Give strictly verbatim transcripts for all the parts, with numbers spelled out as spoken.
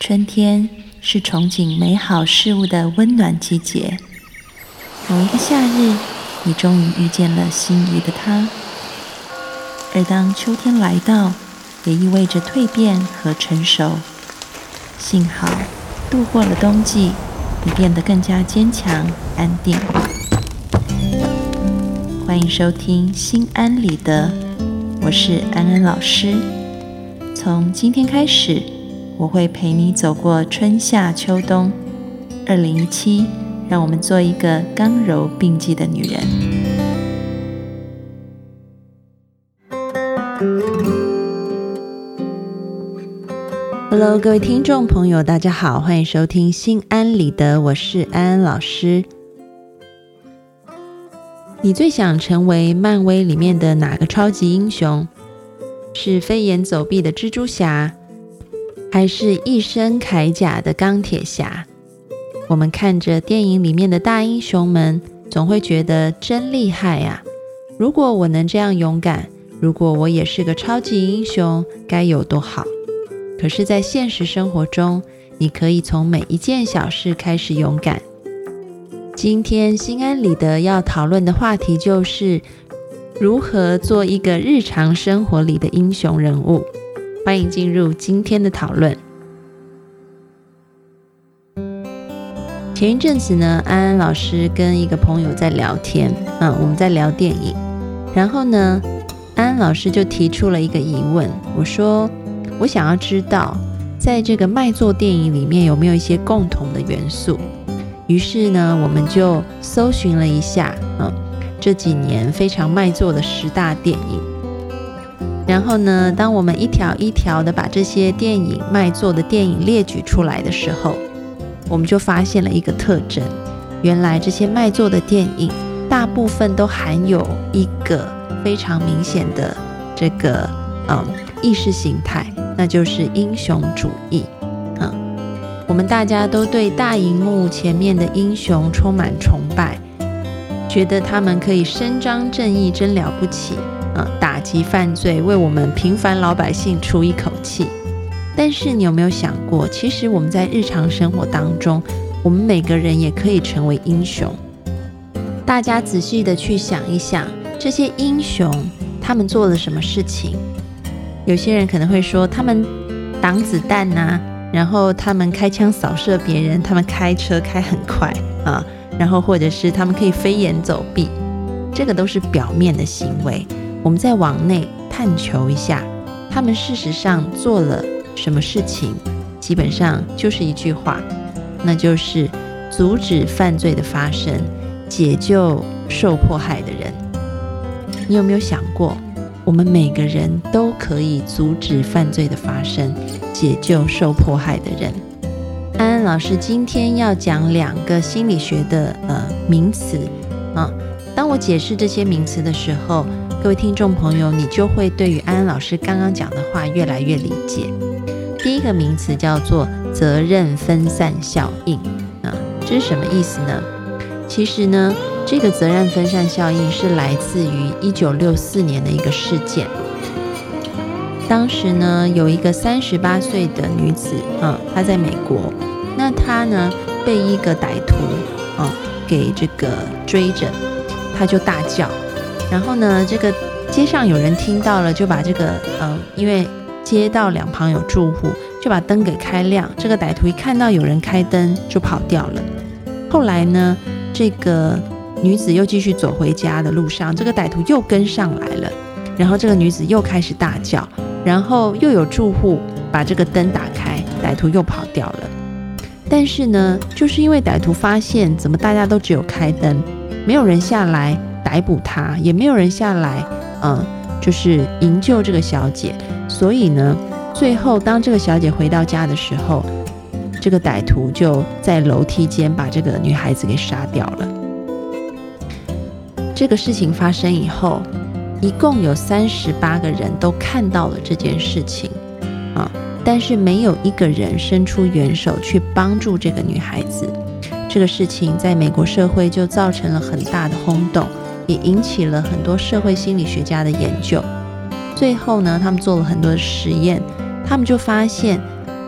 春天是憧憬美好事物的温暖季节。某一个夏日，你终于遇见了心仪的他。而当秋天来到，也意味着蜕变和成熟。幸好度过了冬季，你变得更加坚强安定。欢迎收听心安理得，我是安安老师。从今天开始，我会陪你走过春夏秋冬。二零一七，让我们做一个刚柔并济的女人。Hello， 各位听众朋友，大家好，欢迎收听心安理得，我是安安老师。你最想成为漫威里面的哪个超级英雄？是飞檐走壁的蜘蛛侠，还是一身铠甲的钢铁侠？我们看着电影里面的大英雄们，总会觉得真厉害啊！如果我能这样勇敢，如果我也是个超级英雄，该有多好。可是在现实生活中，你可以从每一件小事开始勇敢。今天心安理得要讨论的话题就是如何做一个日常生活里的英雄人物。欢迎进入今天的讨论。前一阵子呢，安安老师跟一个朋友在聊天，嗯，我们在聊电影。然后呢，安安老师就提出了一个疑问，我说我想要知道，在这个卖座电影里面有没有一些共同的元素。于是呢，我们就搜寻了一下，嗯，这几年非常卖座的十大电影。然后呢，当我们一条一条的把这些电影卖座的电影列举出来的时候，我们就发现了一个特征，原来这些卖座的电影大部分都含有一个非常明显的这个嗯意识形态，那就是英雄主义。嗯，我们大家都对大荧幕前面的英雄充满崇拜，觉得他们可以伸张正义，真了不起，嗯，打击犯罪，为我们平凡老百姓出一口气。但是你有没有想过，其实我们在日常生活当中，我们每个人也可以成为英雄。大家仔细的去想一想，这些英雄他们做了什么事情？有些人可能会说，他们挡子弹啊，然后他们开枪扫射别人，他们开车开很快啊，然后或者是他们可以飞檐走壁，这个都是表面的行为。我们再往内探求一下，他们事实上做了什么事情？基本上就是一句话，那就是阻止犯罪的发生，解救受迫害的人。你有没有想过，我们每个人都可以阻止犯罪的发生，解救受迫害的人？安安老师今天要讲两个心理学的呃名词啊。当我解释这些名词的时候，各位听众朋友，你就会对于安安老师刚刚讲的话越来越理解。第一个名词叫做责任分散效应啊，这是什么意思呢？其实呢，这个责任分散效应是来自于一九六四年的一个事件。当时呢，有一个三十八岁的女子啊，她在美国，那她呢被一个歹徒啊给这个追着，她就大叫，然后呢，这个街上有人听到了，就把这个呃，因为街道两旁有住户，就把灯给开亮。这个歹徒一看到有人开灯，就跑掉了。后来呢，这个女子又继续走回家的路上，这个歹徒又跟上来了，然后这个女子又开始大叫，然后又有住户把这个灯打开，歹徒又跑掉了。但是呢，就是因为歹徒发现怎么大家都只有开灯，没有人下来逮捕他，也没有人下来嗯，就是营救这个小姐，所以呢，最后当这个小姐回到家的时候，这个歹徒就在楼梯间把这个女孩子给杀掉了。这个事情发生以后，一共有三十八个人都看到了这件事情啊，但是没有一个人伸出援手去帮助这个女孩子。这个事情在美国社会就造成了很大的轰动，也引起了很多社会心理学家的研究。最后呢，他们做了很多的实验，他们就发现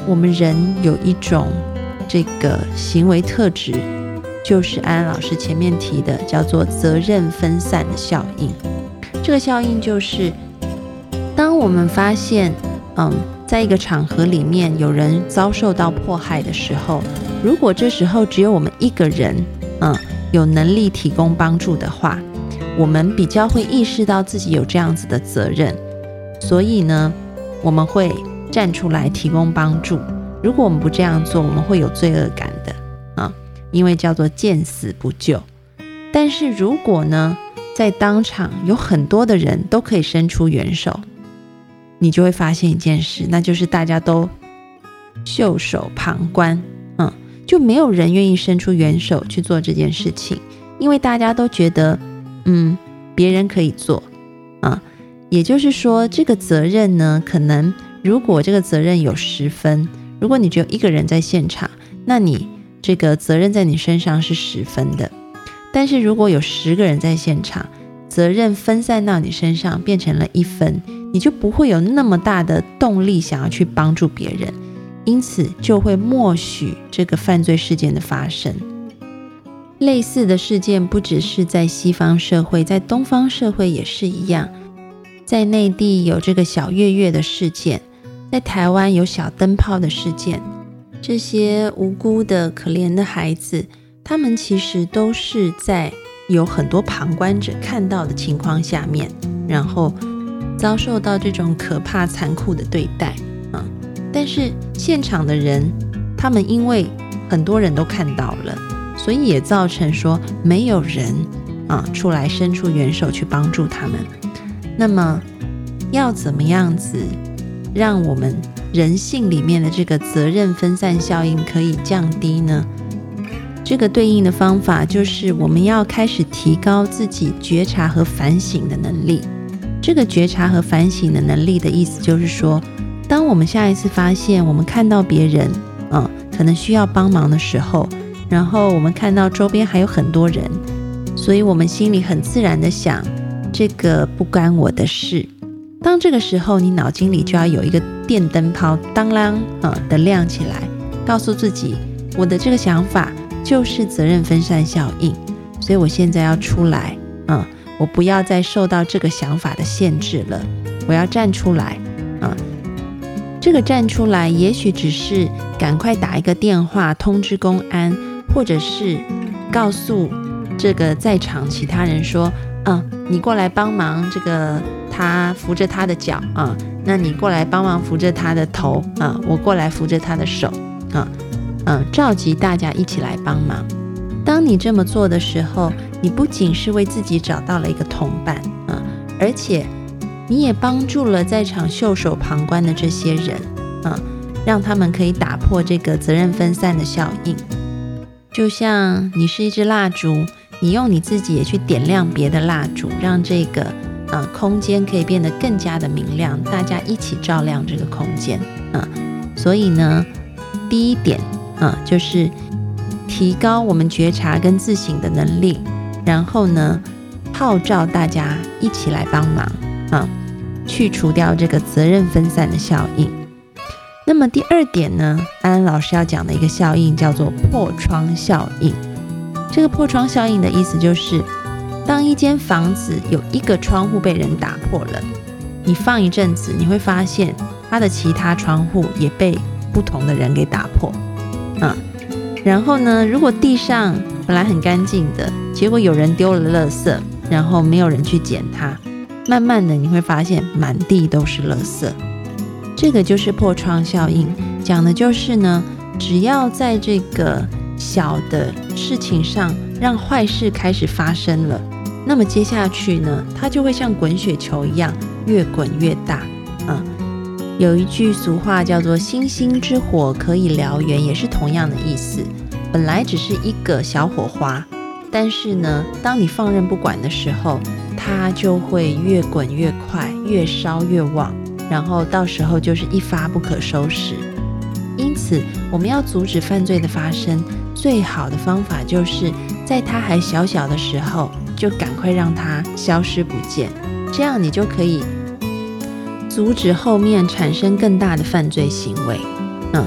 我们人有一种这个行为特质，就是安安老师前面提的，叫做责任分散的效应。这个效应就是，当我们发现，嗯，在一个场合里面有人遭受到迫害的时候，如果这时候只有我们一个人，嗯，有能力提供帮助的话，我们比较会意识到自己有这样子的责任，所以呢，我们会站出来提供帮助。如果我们不这样做，我们会有罪恶感的啊，因为叫做见死不救。但是如果呢，在当场有很多的人都可以伸出援手，你就会发现一件事，那就是大家都袖手旁观，嗯，就没有人愿意伸出援手去做这件事情，因为大家都觉得，嗯，别人可以做啊。也就是说，这个责任呢，可能如果这个责任有十分，如果你只有一个人在现场，那你这个责任在你身上是十分的。但是如果有十个人在现场，责任分散到你身上变成了一分，你就不会有那么大的动力想要去帮助别人，因此就会默许这个犯罪事件的发生。类似的事件不只是在西方社会，在东方社会也是一样。在内地有这个小月月的事件，在台湾有小灯泡的事件，这些无辜的可怜的孩子，他们其实都是在有很多旁观者看到的情况下面，然后遭受到这种可怕残酷的对待、嗯、但是现场的人，他们因为很多人都看到了，所以也造成说没有人、啊、出来伸出援手去帮助他们。那么要怎么样子让我们人性里面的这个责任分散效应可以降低呢？这个对应的方法就是我们要开始提高自己觉察和反省的能力。这个觉察和反省的能力的意思就是说，当我们下一次发现我们看到别人、嗯、可能需要帮忙的时候，然后我们看到周边还有很多人，所以我们心里很自然的想，这个不干我的事。当这个时候，你脑筋里就要有一个电灯泡当啷、呃、的亮起来，告诉自己，我的这个想法就是责任分散效应，所以我现在要出来、嗯、我不要再受到这个想法的限制了，我要站出来、嗯、这个站出来也许只是赶快打一个电话通知公安，或者是告诉这个在场其他人说，嗯，你过来帮忙，这个他扶着他的脚啊，那你过来帮忙扶着他的头啊，我过来扶着他的手啊，嗯，召集大家一起来帮忙。当你这么做的时候，你不仅是为自己找到了一个同伴啊，而且你也帮助了在场袖手旁观的这些人啊，让他们可以打破这个责任分散的效应。就像你是一支蜡烛，你用你自己也去点亮别的蜡烛，让这个、呃、空间可以变得更加的明亮，大家一起照亮这个空间、呃、所以呢，第一点、呃、就是提高我们觉察跟自省的能力，然后呢，号召大家一起来帮忙、呃、去除掉这个责任分散的效应。那么第二点呢，安安老师要讲的一个效应叫做破窗效应。这个破窗效应的意思就是，当一间房子有一个窗户被人打破了，你放一阵子，你会发现它的其他窗户也被不同的人给打破、嗯、然后呢，如果地上本来很干净的，结果有人丢了垃圾，然后没有人去捡它，慢慢的你会发现满地都是垃圾。这个就是破窗效应，讲的就是呢，只要在这个小的事情上让坏事开始发生了，那么接下去呢，它就会像滚雪球一样越滚越大、嗯、有一句俗话叫做星星之火可以燎原，也是同样的意思。本来只是一个小火花，但是呢，当你放任不管的时候，它就会越滚越快，越烧越旺，然后到时候就是一发不可收拾。因此我们要阻止犯罪的发生，最好的方法就是在它还小小的时候就赶快让它消失不见，这样你就可以阻止后面产生更大的犯罪行为、嗯、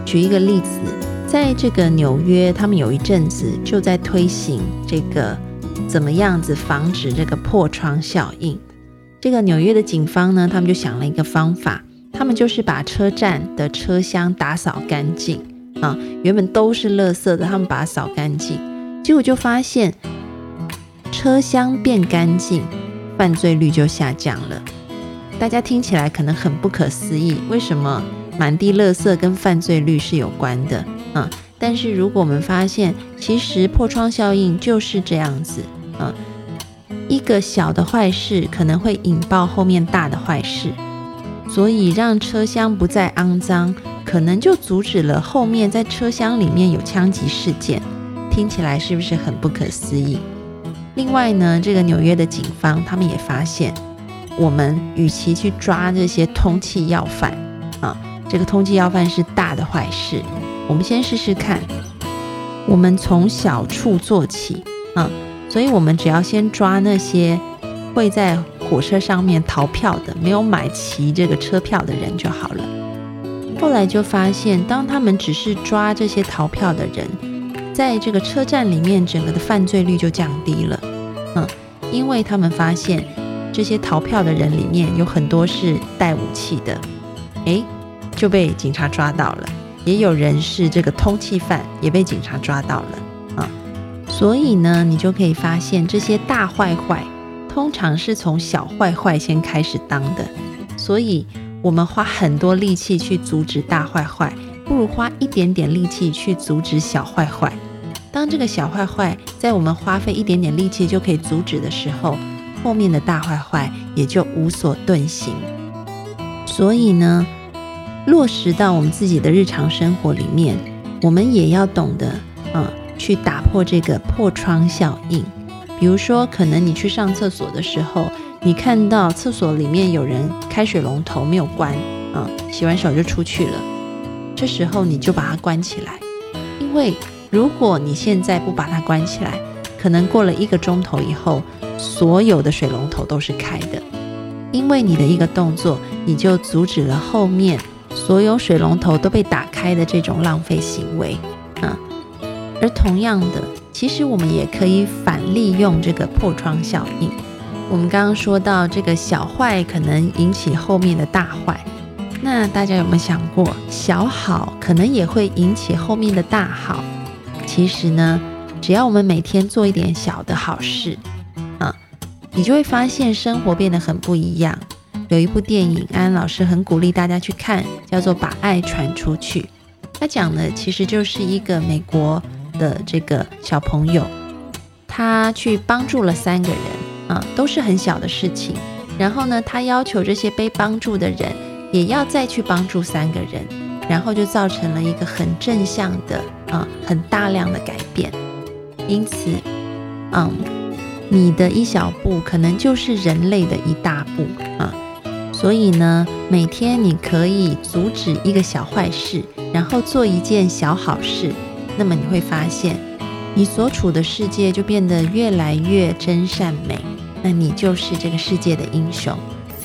举一个例子，在这个纽约，他们有一阵子就在推行这个怎么样子防止这个破窗效应。这个纽约的警方呢，他们就想了一个方法，他们就是把车站的车厢打扫干净啊，原本都是垃圾的，他们把它扫干净，结果就发现车厢变干净，犯罪率就下降了。大家听起来可能很不可思议，为什么满地垃圾跟犯罪率是有关的啊？但是如果我们发现，其实破窗效应就是这样子啊，一个小的坏事可能会引爆后面大的坏事，所以让车厢不再肮脏，可能就阻止了后面在车厢里面有枪击事件。听起来是不是很不可思议？另外呢，这个纽约的警方他们也发现，我们与其去抓这些通缉要犯啊，这个通缉要犯是大的坏事，我们先试试看，我们从小处做起啊，所以我们只要先抓那些会在火车上面逃票的，没有买齐这个车票的人就好了。后来就发现，当他们只是抓这些逃票的人，在这个车站里面整个的犯罪率就降低了，嗯，因为他们发现这些逃票的人里面有很多是带武器的，诶，就被警察抓到了，也有人是这个通缉犯，也被警察抓到了啊。所以呢，你就可以发现这些大坏坏通常是从小坏坏先开始当的，所以我们花很多力气去阻止大坏坏，不如花一点点力气去阻止小坏坏。当这个小坏坏在我们花费一点点力气就可以阻止的时候，后面的大坏坏也就无所遁形。所以呢，落实到我们自己的日常生活里面，我们也要懂得、嗯、去打破这个破窗效应。比如说，可能你去上厕所的时候，你看到厕所里面有人开水龙头没有关、嗯、洗完手就出去了，这时候你就把它关起来，因为如果你现在不把它关起来，可能过了一个钟头以后，所有的水龙头都是开的，因为你的一个动作，你就阻止了后面所有水龙头都被打开的这种浪费行为、啊、而同样的，其实我们也可以反利用这个破窗效应。我们刚刚说到这个小坏可能引起后面的大坏，那大家有没有想过，小好可能也会引起后面的大好？其实呢，只要我们每天做一点小的好事啊，你就会发现生活变得很不一样。有一部电影，安安老师很鼓励大家去看，叫做《把爱传出去》。他讲的其实就是一个美国的这个小朋友，他去帮助了三个人啊，都是很小的事情。然后呢，他要求这些被帮助的人也要再去帮助三个人，然后就造成了一个很正向的啊，很大量的改变。因此，嗯，你的一小步可能就是人类的一大步啊。所以呢，每天你可以阻止一个小坏事，然后做一件小好事，那么你会发现，你所处的世界就变得越来越真善美，那你就是这个世界的英雄。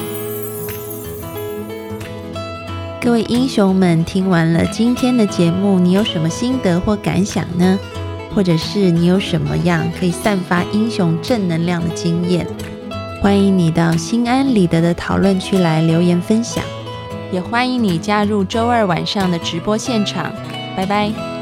各位英雄们，听完了今天的节目，你有什么心得或感想呢？或者是你有什么样可以散发英雄正能量的经验？欢迎你到心安理得的讨论区来留言分享，也欢迎你加入周二晚上的直播现场。拜拜。